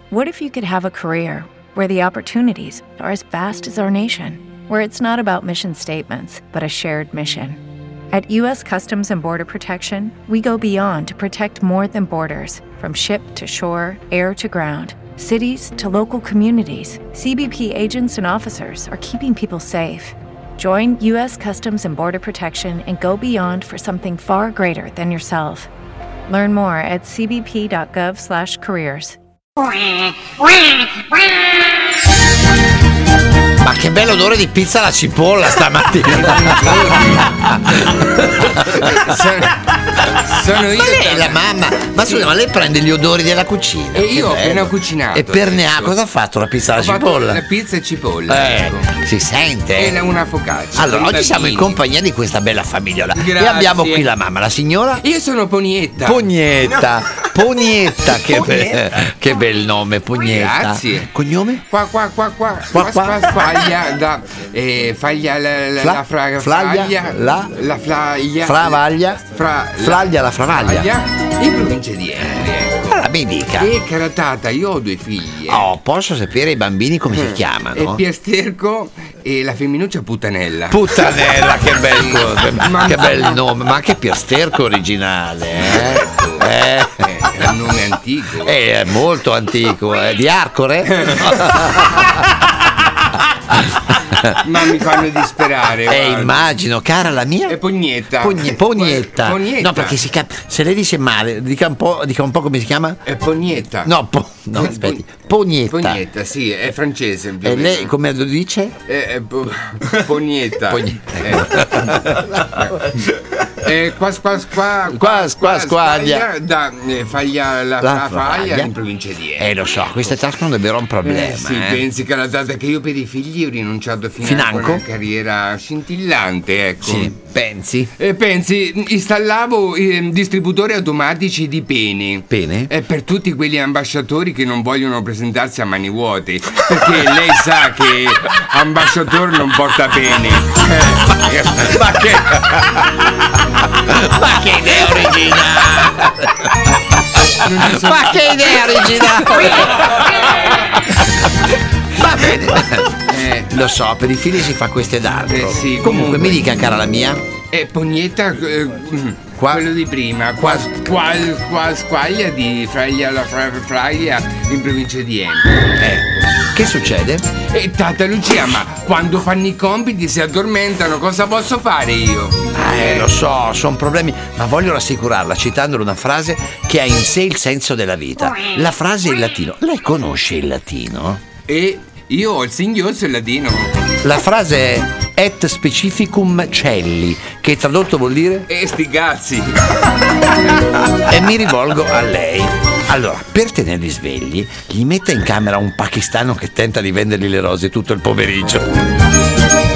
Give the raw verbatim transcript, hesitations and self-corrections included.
What if you could have a career where the opportunities are as vast as our nation, where it's not about mission statements, but a shared mission? At U S Customs and Border Protection, we go beyond to protect more than borders. From ship to shore, air to ground, cities to local communities, C B P agents and officers are keeping people safe. Join U S Customs and Border Protection and go beyond for something far greater than yourself. Learn more at c b p dot gov slash careers. Ma che bello odore di pizza alla cipolla stamattina. sono, sono io. Ma lei è la mamma. Ma scusa, ma lei prende gli odori della cucina. E io ho bello. appena cucinato. E per ne ha adesso. cosa ha fatto? La pizza alla Ho fatto cipolla? La pizza e cipolla. Eh, ecco. si sente. E una focaccia. Allora, con i oggi siamo in bambini. compagnia di questa bella famigliola. Grazie. E abbiamo qui la mamma, la signora Io sono Ponietta. Pognetta. Pognetta, che, Pognetta. be- che bel nome, Pognetta. Grazie. Cognome? Qua qua qua qua Qua, qua, qua. qua faglia da eh, faglia la, la, Fla- la fra, flaglia, fraglia, la- la flaglia Fravaglia? fra, Flaglia, la fravaglia. in provincia di Empoli, ecco. Allora, mi dica. E caratata, io ho due figlie. Oh, posso sapere i bambini come si E chiamano? Piersterco e la femminuccia Puttanella. Puttanella, che bel, che, Ma- che bel nome, ma anche Piersterco originale, eh? Eh, Eh, è un nome antico. è molto antico, eh? Di Arcore? Ma mi fanno disperare. Eh, guarda. immagino, cara la mia. È Pognetta. Pogni- Pognetta. Pognetta. No, perché si cap- se lei dice male, dica un po', dica un po' come si chiama? È Pognetta. No, po- no, aspetti. Pognetta. Pognetta, sì, è francese. più o E meno. lei come lo dice? Eh, eh, po- Pognetta. Pognetta. Eh. Eh, qua, qua, qua, Qua, qua, squaglia. Da eh, Faglia la, La la Faglia Faglia. in provincia di Empoli. Eh, lo so, queste tasche sono davvero un problema. Eh, sì, eh. pensi che la data che io per i figli ho rinunciato fino Financo? a una carriera scintillante, ecco. Sì, pensi? E pensi, installavo eh, distributori automatici di pene. Pene? Eh, per tutti quegli ambasciatori che non vogliono presentarsi a mani vuote. Perché lei sa che ambasciatore non porta pene. Eh, Ma che Ma che idea originale! non ci sono- Ma che idea originale! Va bene. Eh, Lo so, per i figli si fa questo ed altro. Eh sì, comunque, comunque. mi dica, cara la mia. E Pognetta, eh, mm, Qua- quello di prima, qua, qua, qua squaglia di Fraglia la Fra- Fraglia in provincia di Empoli. Ecco. Che succede? E tata Lucia, ma quando fanno i compiti si addormentano, cosa posso fare io? Eh, lo so, sono problemi, ma voglio rassicurarla citandole una frase che ha in sé il senso della vita. La frase è in latino. Lei conosce il latino? E io ho il singhiozzo e il ladino. La frase è et specificum celli, che tradotto vuol dire E sti cazzi. e mi rivolgo a lei. Allora, per tenerli svegli, gli metta in camera un pakistano che tenta di vendergli le rose tutto il pomeriggio.